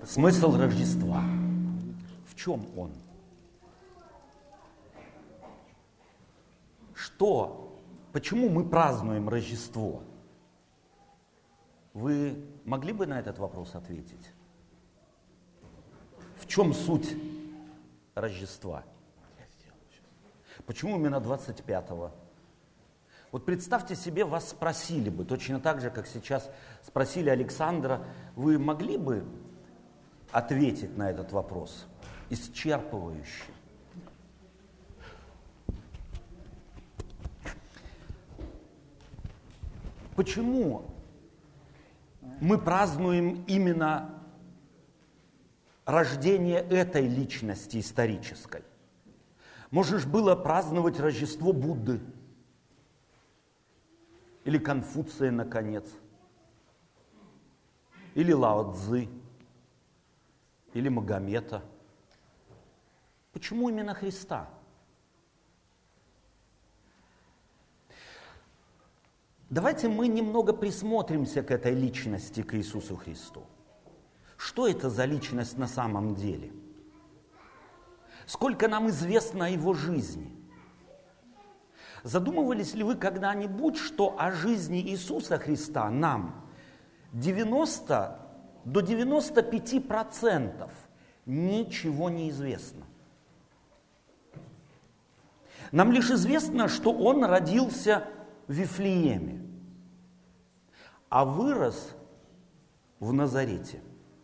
Смысл Рождества. В чем он? Почему мы празднуем Рождество? Вы могли бы на этот вопрос ответить? В чем суть Рождества? Почему именно 25-го? Вот представьте себе, вас спросили бы, точно так же, как сейчас спросили Александра, вы могли бы ответить на этот вопрос исчерпывающе? Почему мы празднуем именно рождение этой личности исторической? Можно же было праздновать Рождество Будды или Конфуция, наконец, или Лао Цзы, или Магомета. Почему именно Христа? Давайте мы немного присмотримся к этой личности, к Иисусу Христу. Что это за личность на самом деле? Сколько нам известно о его жизни? Задумывались ли вы когда-нибудь, что о жизни Иисуса Христа нам 90 до 95% ничего не известно? Нам лишь известно, что он родился в Вифлееме, а вырос в Назарете.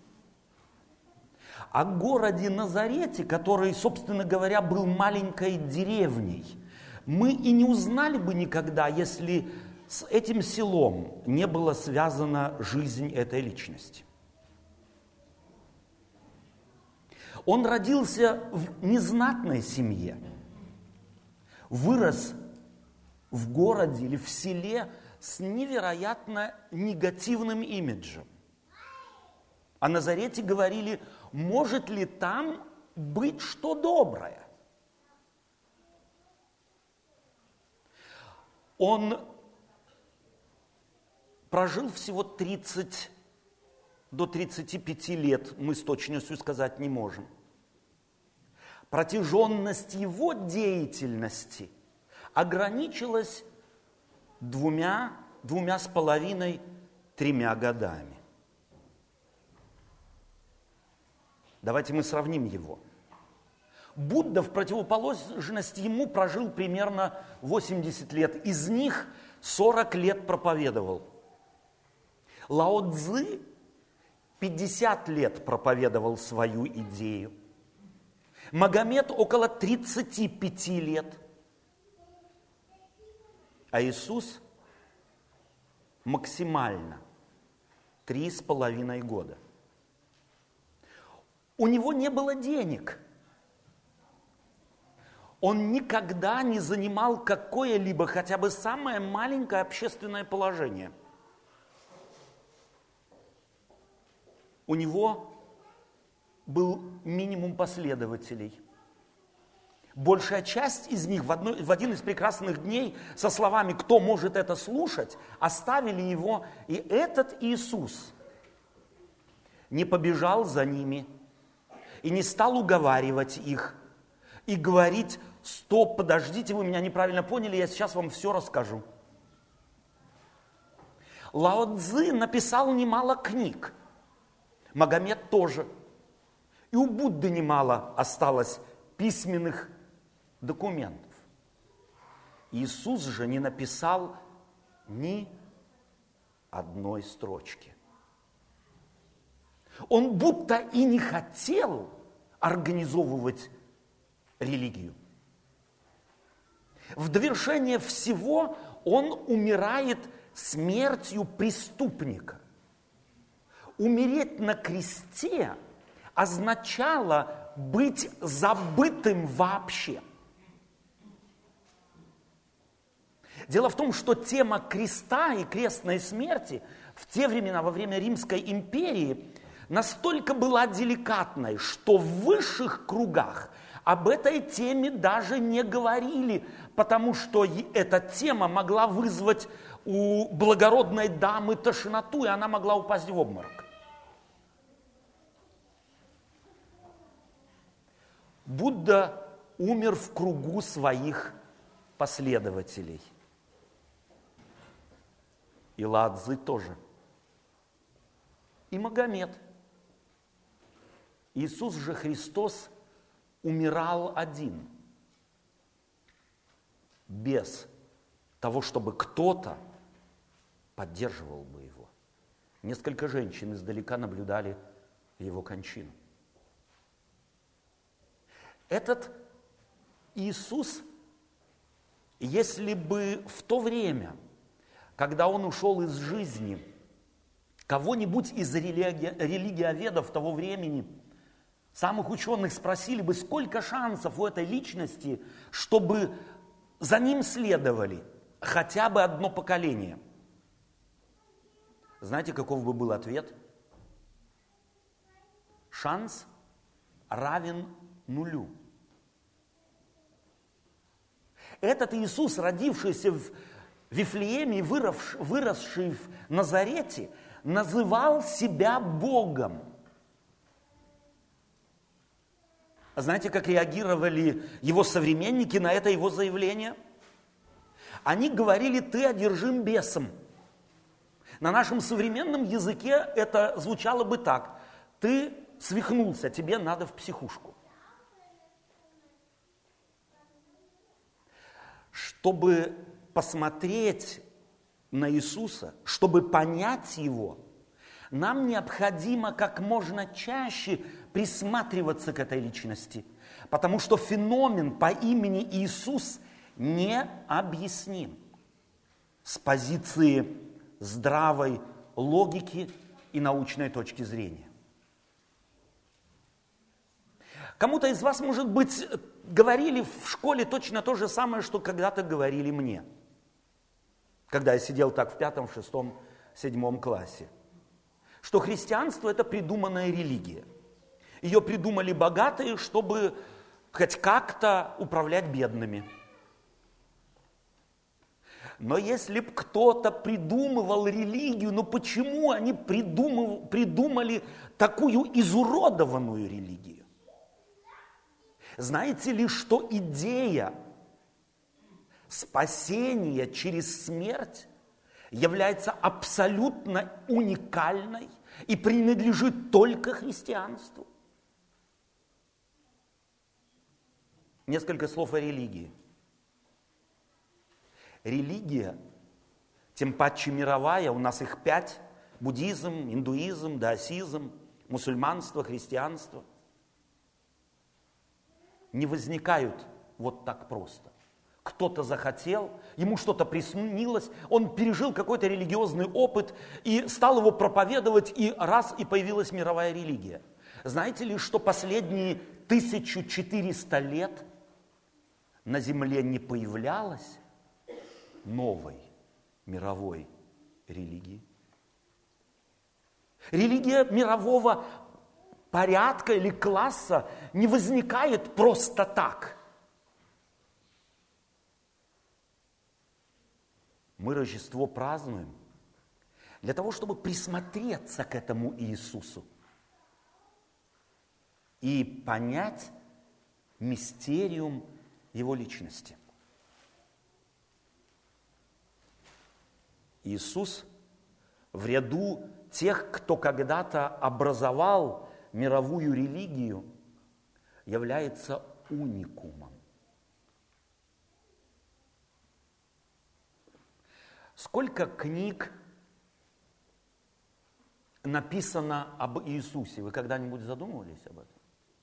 О городе Назарете, который, собственно говоря, был маленькой деревней, мы и не узнали бы никогда, если с этим селом не была связана жизнь этой личности. Он родился в незнатной семье, вырос в городе или в селе с невероятно негативным имиджем. О Назарете говорили, может ли там быть что доброе? Он прожил всего 30 до 35 лет, мы с точностью сказать не можем. Протяженность его деятельности ограничилась 2,5-3 годами. Давайте мы сравним его. Будда в противоположность ему прожил примерно 80 лет. Из них 40 лет проповедовал. Лао Цзы 50 лет проповедовал свою идею. Магомед около 35 лет. А Иисус максимально 3,5 года. У него не было денег. Он никогда не занимал какое-либо, хотя бы самое маленькое общественное положение. У него был минимум последователей. Большая часть из них в один из прекрасных дней со словами «Кто может это слушать?» оставили его, и этот Иисус не побежал за ними и не стал уговаривать их и говорить «Стоп, подождите, вы меня неправильно поняли, я сейчас вам все расскажу». Лао Цзы написал немало книг, Магомед тоже. И у Будды немало осталось письменных документов. Иисус же не написал ни одной строчки. Он будто и не хотел организовывать религию. В довершение всего он умирает смертью преступника. Умереть на кресте означало быть забытым вообще. Дело в том, что тема креста и крестной смерти в те времена, во время Римской империи, настолько была деликатной, что в высших кругах об этой теме даже не говорили, потому что эта тема могла вызвать у благородной дамы тошноту, и она могла упасть в обморок. Будда умер в кругу своих последователей. И Лао Цзы тоже. И Магомед. Иисус же Христос умирал один, без того, чтобы кто-то поддерживал бы его. Несколько женщин издалека наблюдали его кончину. Этот Иисус, если бы в то время, когда он ушел из жизни, кого-нибудь из религиоведов того времени, самых ученых, спросили бы, сколько шансов у этой личности, чтобы за ним следовали хотя бы одно поколение. Знаете, каков бы был ответ? Шанс равен нулю. Этот Иисус, родившийся в Вифлееме и выросший в Назарете, называл себя Богом. Знаете, как реагировали его современники на это его заявление? Они говорили: ты одержим бесом. На нашем современном языке это звучало бы так: ты свихнулся, тебе надо в психушку. Чтобы посмотреть на Иисуса, чтобы понять Его, нам необходимо как можно чаще присматриваться к этой личности, потому что феномен по имени Иисус необъясним с позиции здравой логики и научной точки зрения. Кому-то из вас, может быть, говорили в школе точно то же самое, что когда-то говорили мне, когда я сидел так в 5, 6, 7 классе, что христианство – это придуманная религия. Ее придумали богатые, чтобы хоть как-то управлять бедными. Но если бы кто-то придумывал религию, ну почему они придумали такую изуродованную религию? Знаете ли, что идея спасения через смерть является абсолютно уникальной и принадлежит только христианству? Несколько слов о религии. Религия, тем паче мировая, у нас их 5: буддизм, индуизм, даосизм, мусульманство, христианство, не возникают вот так просто. Кто-то захотел, ему что-то приснилось, он пережил какой-то религиозный опыт и стал его проповедовать, и раз, и появилась мировая религия. Знаете ли, что последние 1400 лет на Земле не появлялось новой мировой религии? Религия мирового порядка или класса не возникает просто так. Мы Рождество празднуем для того, чтобы присмотреться к этому Иисусу и понять мистериум Его личности. Иисус в ряду тех, кто когда-то образовал мировую религию, является уникумом. Сколько книг написано об Иисусе? Вы когда-нибудь задумывались об этом?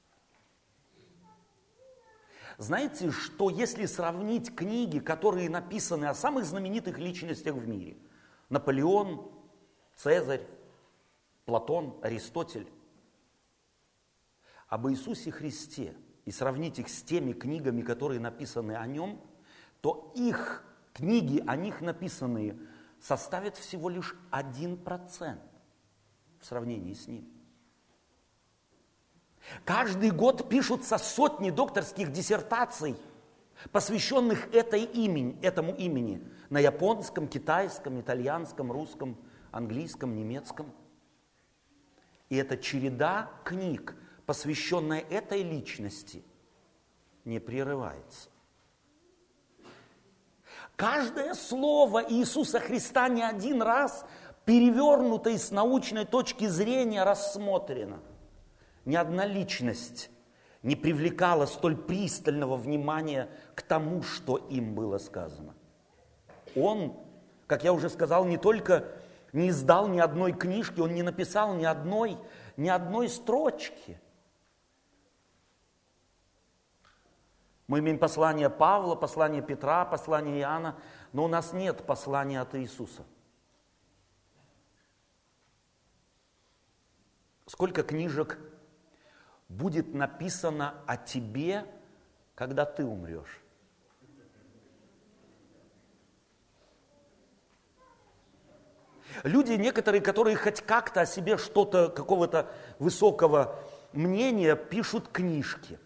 Знаете, что если сравнить книги, которые написаны о самых знаменитых личностях в мире, Наполеон, Цезарь, Платон, Аристотель, об Иисусе Христе, и сравнить их с теми книгами, которые написаны о Нем, то их книги, о них написанные, составят всего лишь 1% в сравнении с Ним. Каждый год пишутся сотни докторских диссертаций, посвященных этому имени, на японском, китайском, итальянском, русском, английском, немецком. И эта череда книг, посвященная этой личности, не прерывается. Каждое слово Иисуса Христа не один раз перевернуто и с научной точки зрения рассмотрено. Ни одна личность не привлекала столь пристального внимания к тому, что им было сказано. Он, как я уже сказал, не только не издал ни одной книжки, он не написал ни одной строчки. Мы имеем послание Павла, послание Петра, послание Иоанна, но у нас нет послания от Иисуса. Сколько книжек будет написано о тебе, когда ты умрешь? Люди некоторые, которые хоть как-то о себе что-то, какого-то высокого мнения, пишут книжки.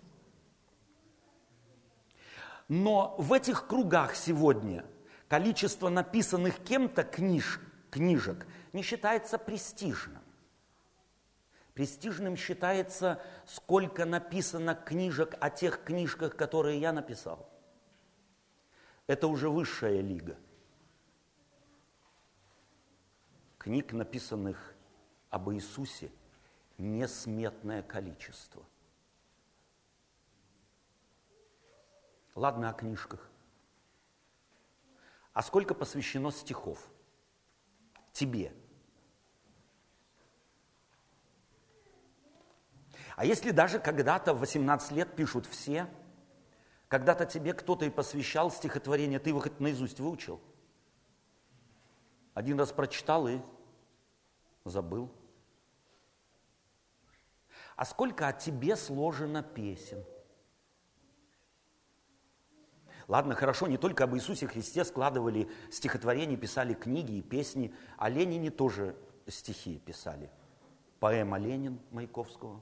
Но в этих кругах сегодня количество написанных кем-то книжек не считается престижным. Престижным считается, сколько написано книжек о тех книжках, которые я написал. Это уже высшая лига. Книг, написанных об Иисусе, несметное количество. Ладно о книжках. А сколько посвящено стихов? Тебе. А если даже когда-то в 18 лет пишут все, когда-то тебе кто-то и посвящал стихотворение, ты его хоть наизусть выучил? Один раз прочитал и забыл. А сколько о тебе сложено песен? Ладно, хорошо, не только об Иисусе Христе складывали стихотворения, писали книги и песни, о Ленине тоже стихи писали. Поэма «Ленин» Маяковского.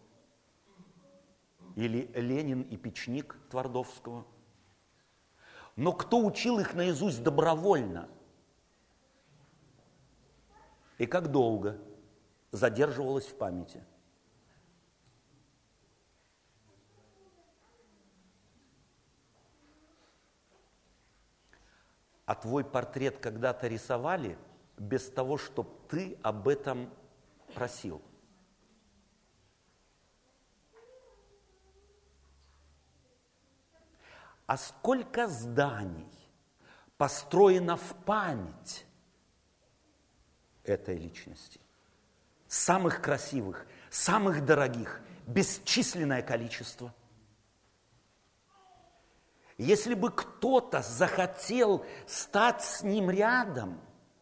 Или «Ленин и печник» Твардовского. Но кто учил их наизусть добровольно? И как долго задерживалось в памяти? А твой портрет когда-то рисовали без того, чтобы ты об этом просил? А сколько зданий построено в память этой личности? Самых красивых, самых дорогих, бесчисленное количество. Если бы кто-то захотел стать с ним рядом,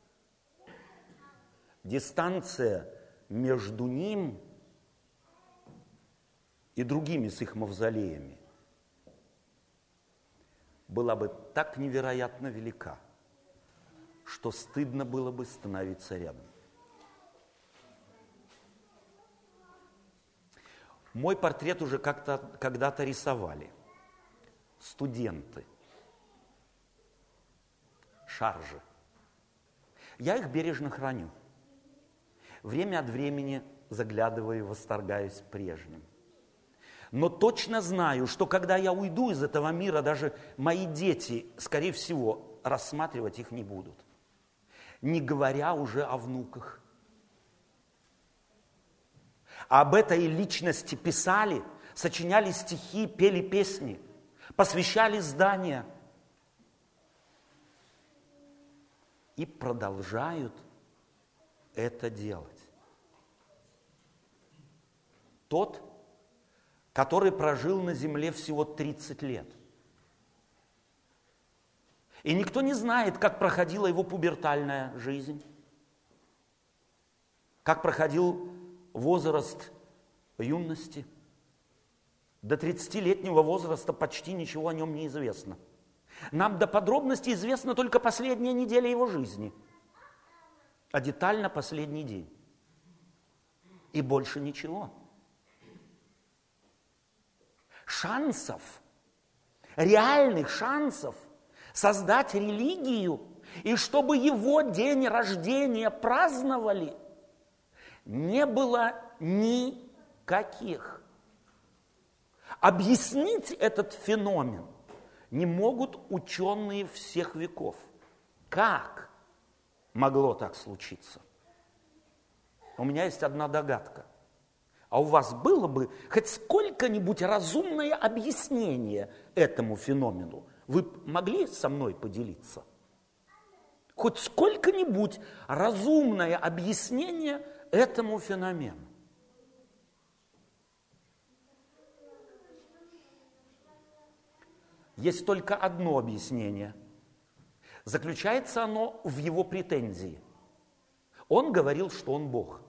дистанция между ним и другими с их мавзолеями была бы так невероятно велика, что стыдно было бы становиться рядом. Мой портрет уже когда-то рисовали студенты, шаржи. Я их бережно храню. Время от времени заглядываю и восторгаюсь прежним. Но точно знаю, что когда я уйду из этого мира, даже мои дети, скорее всего, рассматривать их не будут. Не говоря уже о внуках. А об этой личности писали, сочиняли стихи, пели песни, посвящали здания. И продолжают это делать. Тот, который прожил на земле всего 30 лет. И никто не знает, как проходила его пубертальная жизнь, как проходил возраст юности. До 30-летнего возраста почти ничего о нем не известно. Нам до подробностей известна только последняя неделя его жизни, а детально последний день. И больше ничего. Шансов, реальных шансов создать религию, и чтобы его день рождения праздновали, не было никаких. Объяснить этот феномен не могут ученые всех веков. Как могло так случиться? У меня есть одна догадка. А у вас было бы хоть сколько-нибудь разумное объяснение этому феномену? Вы могли со мной поделиться? Хоть сколько-нибудь разумное объяснение этому феномену? Есть только одно объяснение. Заключается оно в его претензии. Он говорил, что он Бог.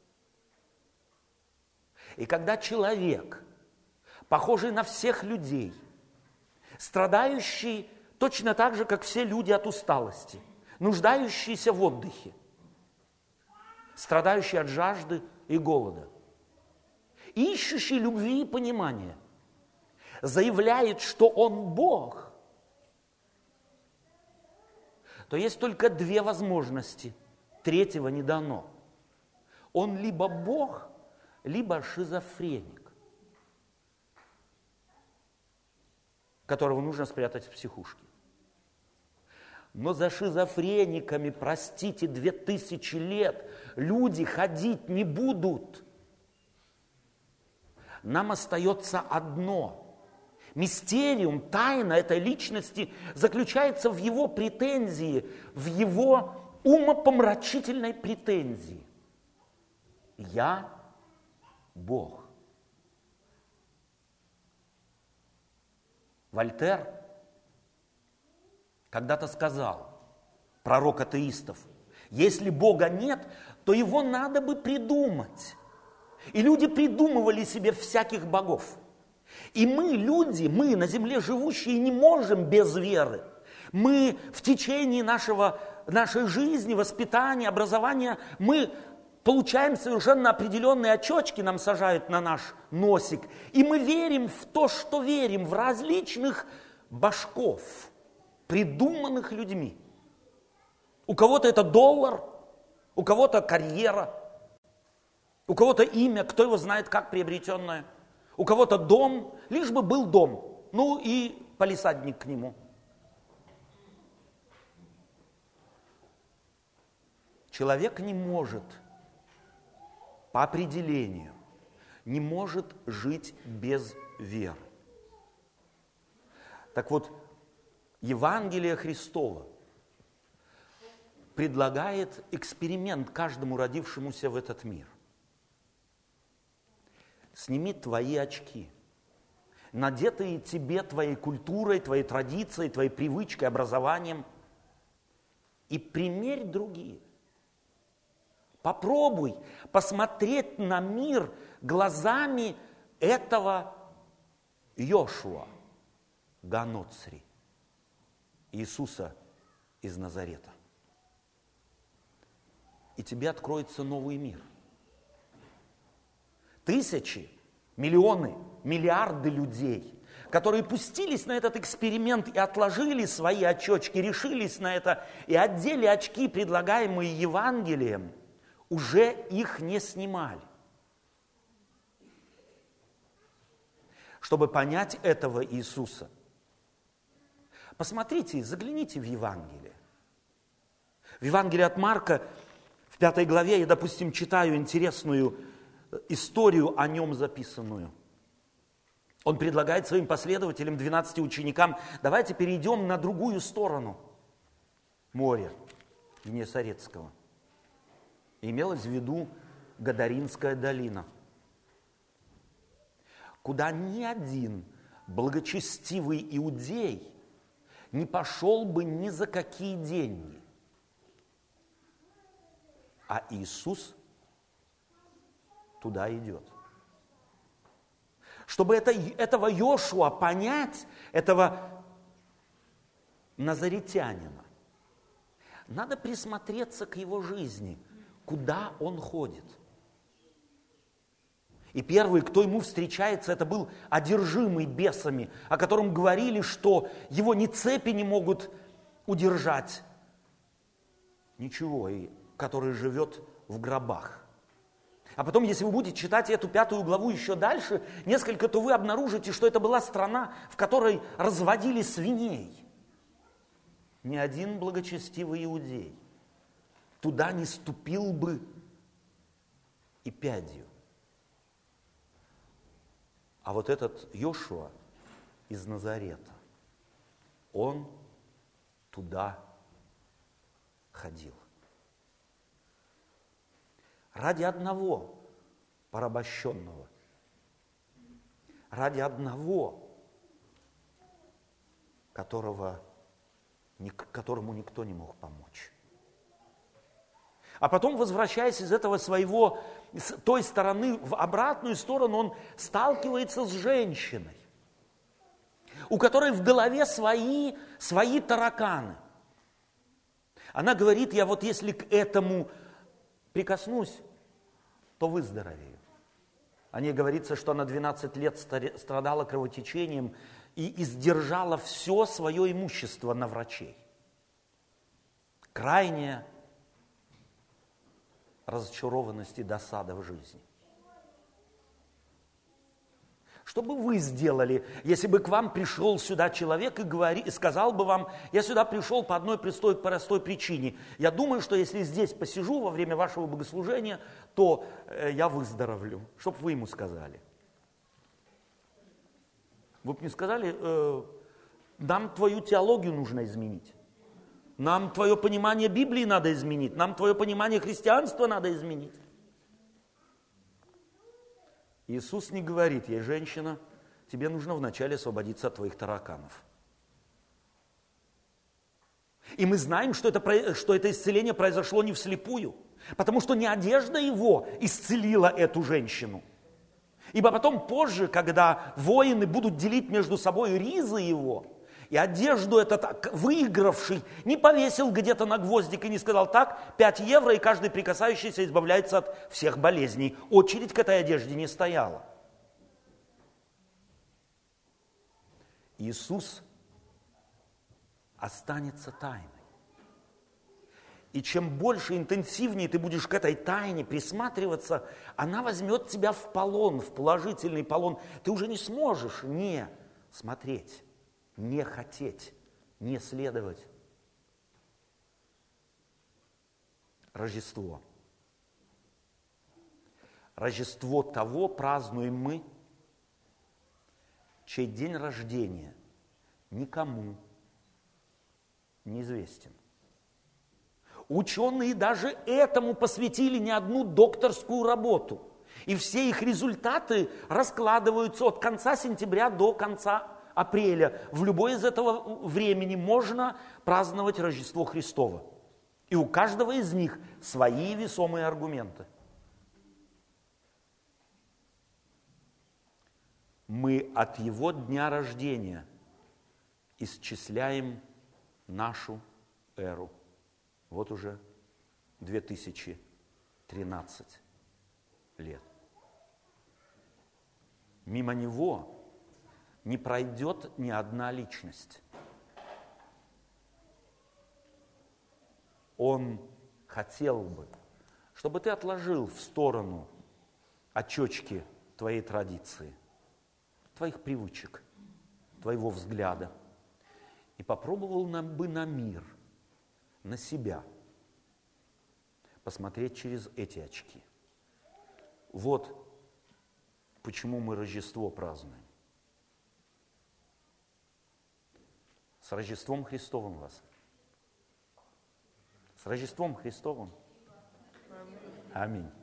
И когда человек, похожий на всех людей, страдающий точно так же, как все люди от усталости, нуждающийся в отдыхе, страдающий от жажды и голода, ищущий любви и понимания, заявляет, что он Бог, то есть только две возможности, третьего не дано. Он либо Бог, либо шизофреник, которого нужно спрятать в психушке. Но за шизофрениками, простите, 2000 лет люди ходить не будут. Нам остается одно. Мистериум, тайна этой личности заключается в его претензии, в его умопомрачительной претензии. Я Бог. Вольтер когда-то сказал, пророк атеистов, если Бога нет, то его надо бы придумать. И люди придумывали себе всяких богов. И мы, люди, мы на земле живущие, не можем без веры. Мы в течение нашей жизни, воспитания, образования, мы получаем совершенно определенные очечки, нам сажают на наш носик. И мы верим в то, что верим, в различных божков, придуманных людьми. У кого-то это доллар, у кого-то карьера, у кого-то имя, кто его знает, как приобретенное. У кого-то дом, лишь бы был дом, ну и палисадник к нему. Человек не может, по определению, не может жить без веры. Так вот, Евангелие Христово предлагает эксперимент каждому родившемуся в этот мир. Сними твои очки, надетые тебе твоей культурой, твоей традицией, твоей привычкой, образованием, и примерь другие. Попробуй посмотреть на мир глазами этого Йошуа Ганоцри, Иисуса из Назарета. И тебе откроется новый мир. Тысячи, миллионы, миллиарды людей, которые пустились на этот эксперимент и отложили свои очечки, решились на это и одели очки, предлагаемые Евангелием, уже их не снимали. Чтобы понять этого Иисуса, посмотрите, загляните в Евангелие. В Евангелии от Марка, в 5 главе, я, допустим, читаю интересную историю о нем записанную. Он предлагает своим последователям, 12 ученикам, давайте перейдем на другую сторону моря Генесарецкого. Имелась в виду Гадаринская долина, куда ни один благочестивый иудей не пошел бы ни за какие деньги. А Иисус туда идет. Чтобы этого Йошуа понять, этого назаретянина, надо присмотреться к его жизни, куда он ходит. И первый, кто ему встречается, это был одержимый бесами, о котором говорили, что его ни цепи не могут удержать, ничего, и который живет в гробах. А потом, если вы будете читать эту 5 главу еще дальше, несколько, то вы обнаружите, что это была страна, в которой разводили свиней. Ни один благочестивый иудей туда не ступил бы и пядью. А вот этот Йошуа из Назарета, он туда ходил. Ради одного порабощенного, ради одного, которому никто не мог помочь. А потом, возвращаясь из этого своего, с той стороны в обратную сторону, он сталкивается с женщиной, у которой в голове свои тараканы. Она говорит: я вот если к этому прикоснусь, то выздоровею. О ней говорится, что она 12 лет страдала кровотечением и издержала все свое имущество на врачей. Крайняя разочарованность и досада в жизни. Что бы вы сделали, если бы к вам пришел сюда человек и сказал бы вам: я сюда пришел по одной простой причине. Я думаю, что если здесь посижу во время вашего богослужения, то я выздоровлю. Что бы вы ему сказали? Вы бы мне сказали: нам твою теологию нужно изменить. Нам твое понимание Библии надо изменить. Нам твое понимание христианства надо изменить. Иисус не говорит ей: женщина, тебе нужно вначале освободиться от твоих тараканов. И мы знаем, что это исцеление произошло не вслепую, потому что не одежда его исцелила эту женщину. Ибо потом позже, когда воины будут делить между собой ризы его, и одежду этот выигравший не повесил где-то на гвоздик и не сказал: так, 5 евро, и каждый прикасающийся избавляется от всех болезней. Очередь к этой одежде не стояла. Иисус останется тайной. И чем больше, интенсивнее ты будешь к этой тайне присматриваться, она возьмет тебя в полон, в положительный полон. Ты уже не сможешь не смотреть, не хотеть, не следовать. Рождество. Рождество того празднуем мы, чей день рождения никому не известен. Ученые даже этому посвятили не одну докторскую работу. И все их результаты раскладываются от конца сентября до конца апреля. В любое из этого времени можно праздновать Рождество Христово. И у каждого из них свои весомые аргументы. Мы от его дня рождения исчисляем нашу эру. Вот уже 2013 лет. Мимо него не пройдет ни одна личность. Он хотел бы, чтобы ты отложил в сторону очечки твоей традиции, твоих привычек, твоего взгляда и попробовал бы на мир, на себя посмотреть через эти очки. Вот почему мы Рождество празднуем. С Рождеством Христовым вас. С Рождеством Христовым. Аминь.